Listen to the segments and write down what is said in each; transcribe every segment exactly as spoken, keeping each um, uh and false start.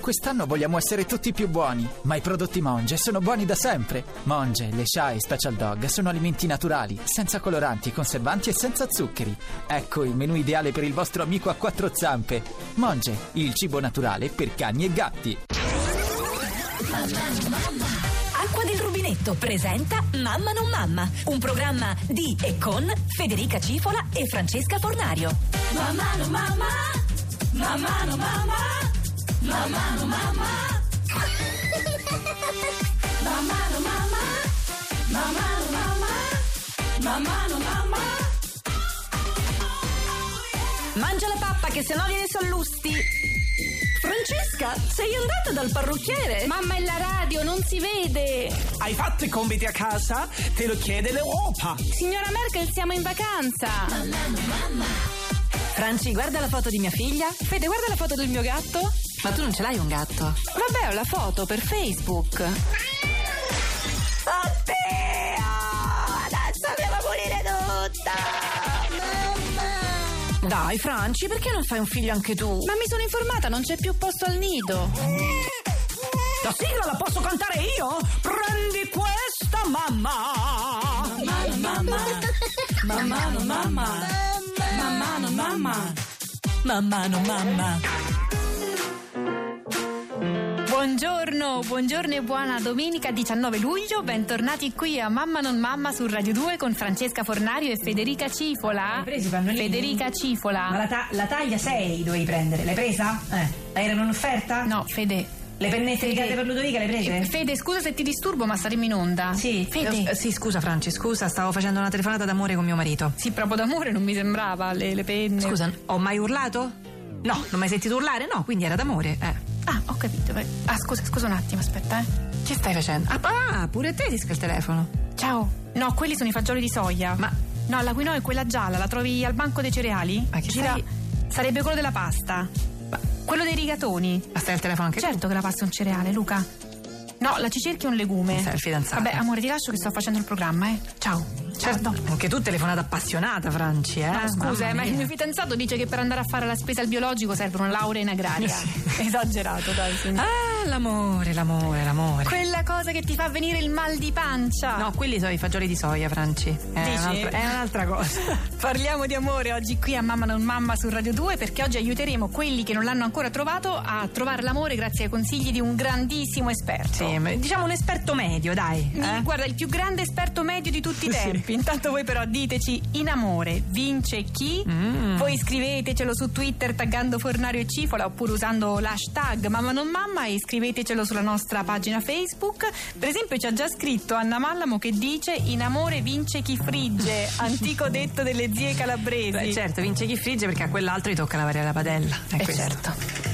Quest'anno vogliamo essere tutti più buoni, ma i prodotti Monge sono buoni da sempre. Monge, le Sha e Special Dog sono alimenti naturali, senza coloranti, conservanti e senza zuccheri. Ecco il menù ideale per il vostro amico a quattro zampe. Monge, il cibo naturale per cani e gatti. Acqua del Rubinetto presenta Mamma non Mamma, un programma di e con Federica Cifola e Francesca Fornario. Mamma non Mamma, Mamma non Mamma, Mamma non Mamma, Mamma non Mamma, Mamma non Mamma, Mamma non Mamma. Mangia la pappa che sennò viene sallusti. Francesca, sei andata dal parrucchiere? Mamma, è la radio, non si vede. Hai fatto i compiti a casa? Te lo chiede l'Europa. Signora Merkel, siamo in vacanza. Mamma, mamma. Franci, guarda la foto di mia figlia. Fede, guarda la foto del mio gatto. Ma tu non ce l'hai un gatto? Vabbè, ho la foto per Facebook. Oddio, adesso devo morire tutta. Dai, Franci, perché non fai un figlio anche tu? Ma mi sono informata, non c'è più posto al nido. La sigla la posso cantare io? Prendi questa, mamma. Mamma, mamma. Mamma, no, mamma. Mamma, no, mamma. Mamma, no, mamma. Buongiorno, buongiorno e buona domenica diciannove luglio, bentornati qui a Mamma non Mamma su Radio due con Francesca Fornario e Federica Cifola. Hai preso i pannolini? Federica Cifola. Ma la, ta- la taglia sei dovevi prendere, l'hai presa? Eh, erano in offerta? No, Fede. Le pennette di carta per Ludovica le hai prese? Fede, scusa se ti disturbo, ma saremo in onda. Sì, Fede. eh, sì, scusa Franci, scusa, stavo facendo una telefonata d'amore con mio marito. Sì, proprio d'amore non mi sembrava, le, le penne. Scusa, ho mai urlato? No, non ho mai sentito urlare? No, quindi era d'amore, eh. Ah, ho capito. Ah, scusa, scusa un attimo, aspetta, eh. Che stai facendo? Ah, pure a te disca il telefono. Ciao. No, quelli sono i fagioli di soia. Ma no, la quinoa è quella gialla, la trovi al banco dei cereali? Ma che Gira... stai... Sarebbe quello della pasta. Ma quello dei rigatoni. Ma stai al telefono anche certo tu? Che la pasta è un cereale, Luca. No, la cicerchia è un legume. Sei il fidanzato. Vabbè, amore, ti lascio che sto facendo il programma, eh. Ciao. Certo, anche tu telefonata appassionata, Franci, eh? No, scusa, eh, ma il mio mia. fidanzato dice che per andare a fare la spesa al biologico serve una laurea in agraria. Sì. Esagerato, dai. Sì. Ah, l'amore, l'amore, l'amore. Quella cosa che ti fa venire il mal di pancia. No, quelli sono i fagioli di soia, Franci. È, Dici? un'altra, è un'altra cosa. Parliamo di amore oggi qui a Mamma non Mamma su Radio due, perché oggi aiuteremo quelli che non l'hanno ancora trovato a trovare l'amore grazie ai consigli di un grandissimo esperto. Sì, diciamo un esperto medio, dai. Eh? Guarda, il più grande esperto medio di tutti i tempi. Sì. Intanto voi però diteci: in amore vince chi? Mm. Voi scrivetecelo su Twitter taggando Fornario e Cifola oppure usando l'hashtag Mamma non Mamma e scrivetecelo sulla nostra pagina Facebook. Per esempio ci ha già scritto Anna Mallamo che dice: in amore vince chi frigge, antico detto delle zie calabresi. Beh, certo, vince chi frigge perché a quell'altro gli tocca lavare la padella. È eh questo. Certo.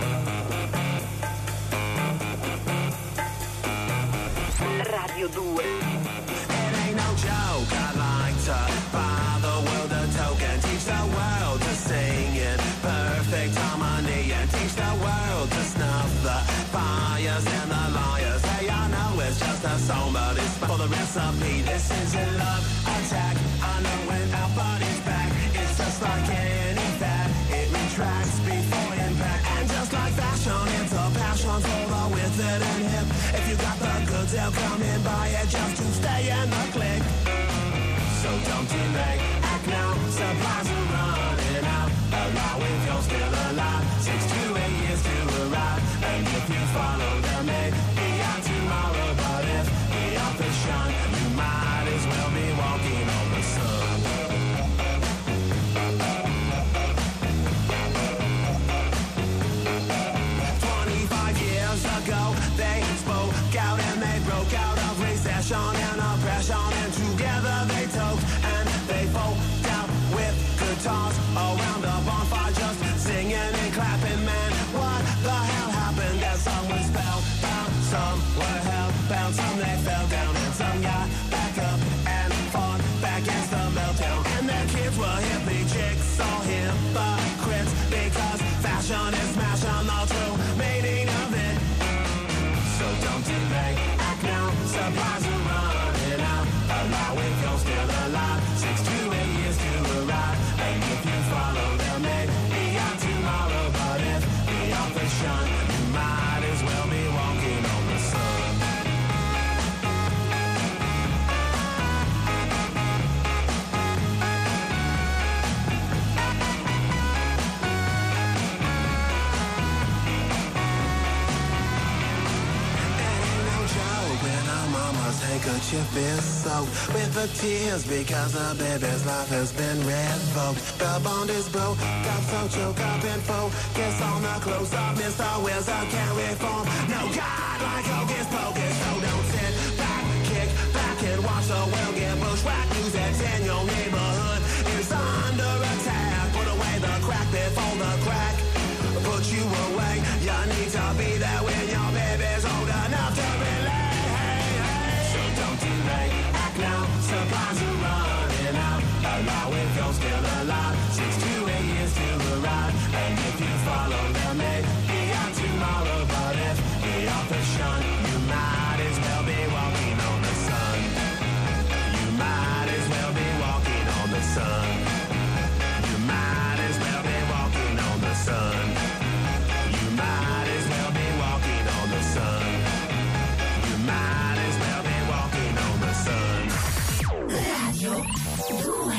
Radio due. It ain't no joke, I like to buy the world a token, teach the world to sing in perfect harmony, and teach the world to snuff the fires and the liars. Hey, I know it's just a song, but it's for the recipe. This is a love attack. I know when our body's back, it's just like any fad. It retracts before impact, and just like fashion, it's a passion for the withered and hip. If you got the goods, they'll come and buy it just to stay in the clique. So don't delay, act now, supplies are running out. Allow if you're still alive, six to eight years to arrive. And if you follow the maid, be out tomorrow. But if the earth is shine, you might as well be walking on the sun. Twenty-five years ago, they spoke out and they broke out of recession and oppression, and together they took and they folk out with guitars around a bonfire, just singing and clapping. Man, what the hell happened? That some was spellbound, some were hellbound, some they fell down, and some got back up and fought back against the meltdown. And their kids were hippie chicks, all hypocrites, because fashion is smashing the true meaning of it. So don't delay, act now, supplies are running out. Allow if you're still alive, six to eight years to arrive. And if you follow them, maybe out tomorrow. But if the earth is shine, you might handkerchief is soaked with the tears because the baby's life has been revoked. The bond is broke, got so choked up in focus on the close up. Mister Wizard can't reform. No God like Hocus Pocus, so don't sit back, kick back and watch the world get bushwhacked. News that's in your neighborhood is under attack. Put away the crack before the crack put you away. You need to be there when your baby's old enough to relate. Hey, hey. So don't delay, act now. Supplies are running out. Allow if you're still alive. Six to eight years to arrive. And if you follow the maid, be out tomorrow. But if the author shun, you might as well be walking on the sun. You might as well be walking on the sun. You might as well be walking on the sun. You might as well be walking on the sun. You might as well be walking on the sun. Radio due.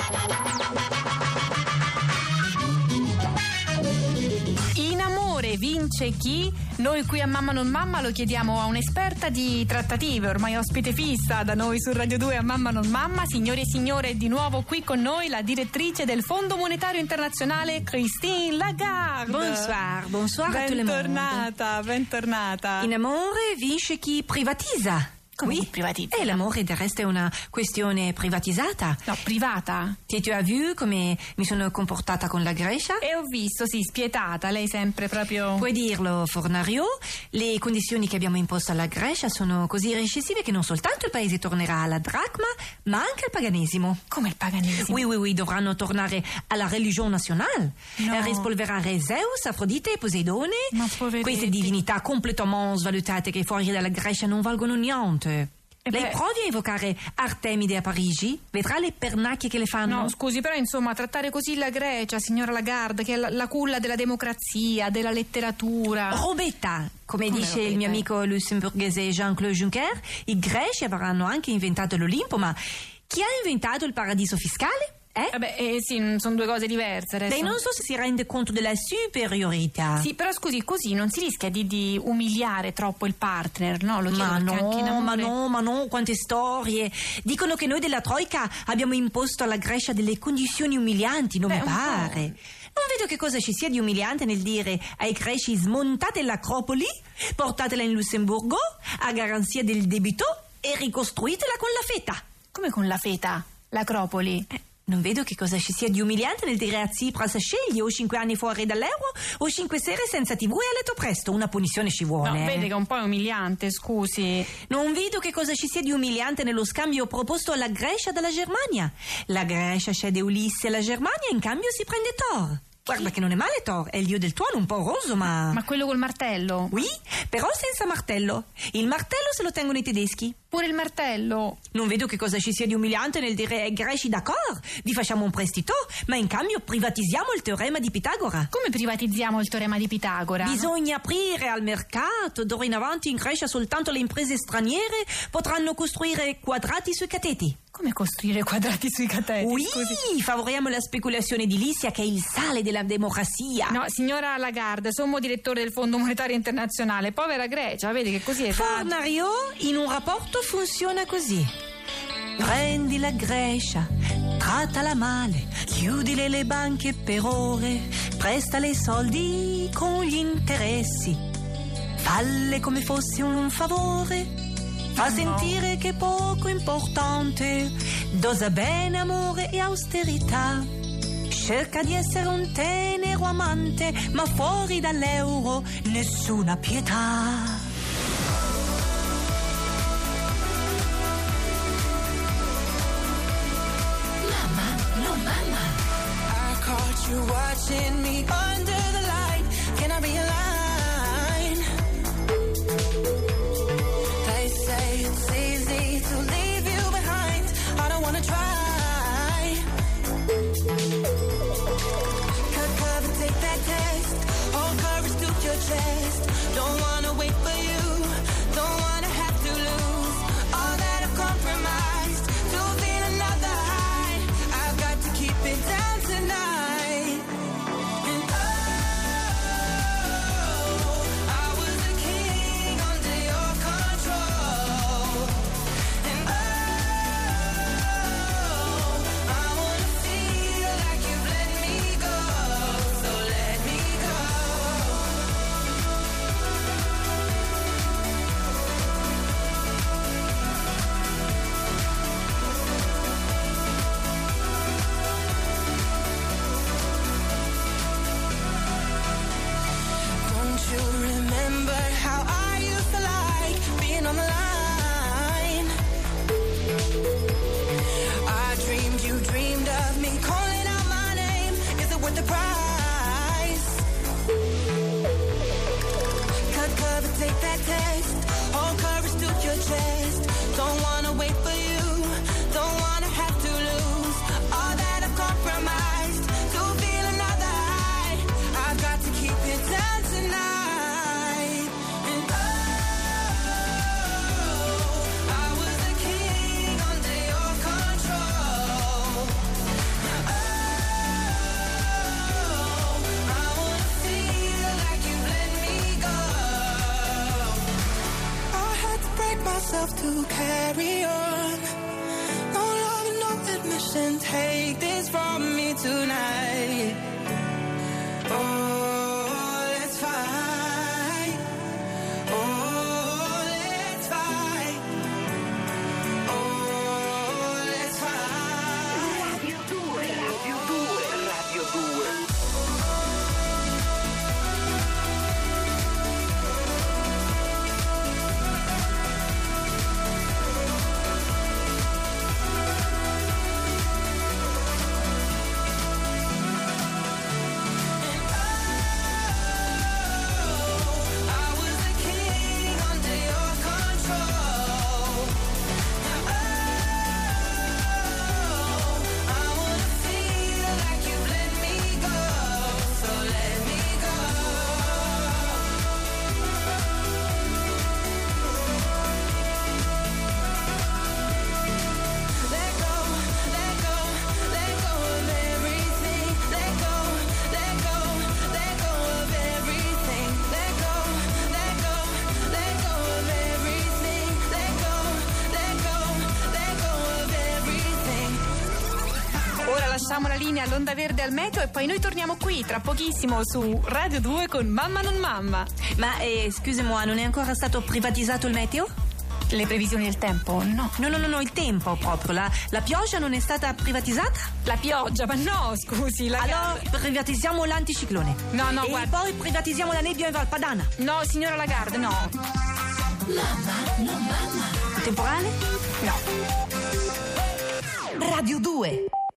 In amore vince chi? Noi qui a Mamma non Mamma lo chiediamo a un'esperta di trattative, ormai ospite fissa da noi su Radio due a Mamma non Mamma. Signori e signore, di nuovo qui con noi la direttrice del Fondo Monetario Internazionale, Christine Lagarde. Bonsoir, bonsoir a tout le monde. Bentornata, bentornata. In amore vince chi privatizza. Come oui. privatizza? E l'amore del resto è una questione privatizzata. No, privata. Ti tu hai vu come mi sono comportata con la Grecia? E ho visto, sì, spietata, lei sempre proprio... Puoi dirlo, Fornario, le condizioni che abbiamo imposto alla Grecia sono così recessive che non soltanto il paese tornerà alla dracma, ma anche al paganesimo. Come il paganesimo? Oui, oui, oui, dovranno tornare alla religione nazionale, No. e rispolverare Zeus, Afrodite e Poseidone, Ma poveretti. queste divinità completamente svalutate che fuori dalla Grecia non valgono niente. E Lei beh- provi a evocare Artemide a Parigi? Vedrà le pernacchie che le fanno. No, scusi, però insomma, trattare così la Grecia, signora Lagarde, che è la, la culla della democrazia, della letteratura... Robetta, come, Come dice robetta? il mio amico lussemburghese Jean-Claude Juncker, i greci avranno anche inventato l'Olimpo, ma chi ha inventato il paradiso fiscale? Eh? Vabbè, eh, sì, sono due cose diverse adesso. Lei non so se si rende conto della superiorità. Sì, però scusi, così non si rischia di, di umiliare troppo il partner, no? Lo chiedo Ma perché anche in no, ma amore- no, ma no, quante storie. Dicono che noi della Troika abbiamo imposto alla Grecia delle condizioni umilianti, non Beh, mi un pare. Non vedo che cosa ci sia di umiliante nel dire ai greci smontate l'Acropoli, portatela in Lussemburgo a garanzia del debito e ricostruitela con la feta. Come con la feta, l'Acropoli? Eh, non vedo che cosa ci sia di umiliante nel dire a Tsipras scegli o cinque anni fuori dall'euro o cinque sere senza tivù e a letto presto. Una punizione ci vuole. No, eh. vede che è un po' umiliante, scusi. Non vedo che cosa ci sia di umiliante nello scambio proposto alla Grecia dalla Germania. La Grecia cede Ulisse alla Germania e in cambio si prende Thor. Guarda che non è male Thor, è il dio del tuono, un po' roso, ma... Ma quello col martello? Oui, però senza martello. Il martello se lo tengono i tedeschi. Pure il martello? Non vedo che cosa ci sia di umiliante nel dire ai greci d'accordo, vi facciamo un prestito, ma in cambio privatizziamo il teorema di Pitagora. Come privatizziamo il teorema di Pitagora? Bisogna aprire al mercato. D'ora in avanti in Grecia soltanto le imprese straniere potranno costruire quadrati sui cateti. Come costruire quadrati sui cateti? Oui, Scusi. favoriamo la speculazione edilizia che è il sale della democrazia. No, signora Lagarde, sommo direttore del Fondo Monetario Internazionale. Povera Grecia, vedi che così è Fornario, in un rapporto funziona così. Prendi la Grecia, trattala male, chiudile le banche per ore, prestale i soldi con gli interessi, falle come fosse un favore. Fa sentire che è poco importante, dosa bene amore e austerità. Cerca di essere un tenero amante, ma fuori dall'euro nessuna pietà. Mamma, no mamma. I caught you watching me under the light. Can I be a line? They say it's easy to leave you behind. I don't wanna try. Cut cover, take that test. Hold courage to your chest. Don't wanna wait for you. Don't wanna have to lose all that I've compromised to feel another high. I've got to keep it down tonight. And oh, that test. Hold courage to your chest. Don't wanna wait for you. Don't wanna have to lose all that I've compromised to feel another high. I've got to keep it down tonight. And oh, I was a king under your control. Oh, I wanna feel like you let me go. I had to break myself to carry on. No love and no admission. Take this from me tonight. Oh, let's fight. Oh, let's fight. Oh, let's fight. Radio due, Radio due, Radio due. I was a king under your control. Oh, I wanna feel like you let me go. So let me go. Let go, let go, let go of everything. Let go, let go, let go of everything. Let go, let go, let go of everything. Let go, let go, let go of everything. Ora lasciamo la linea all'Onda Verde al meteo e poi noi torniamo qui tra pochissimo su Radio due con Mamma non mamma. Ma eh, scusi-moi, non è ancora stato privatizzato il meteo? Le previsioni del tempo? No. No, no, no, no, il tempo proprio. La, la pioggia non è stata privatizzata? La pioggia, ma no, scusi. La Allora privatizziamo l'anticiclone. No, no, e guarda. poi privatizziamo la nebbia in Valpadana. No, signora Lagarde, no. Temporale? No. Radio due.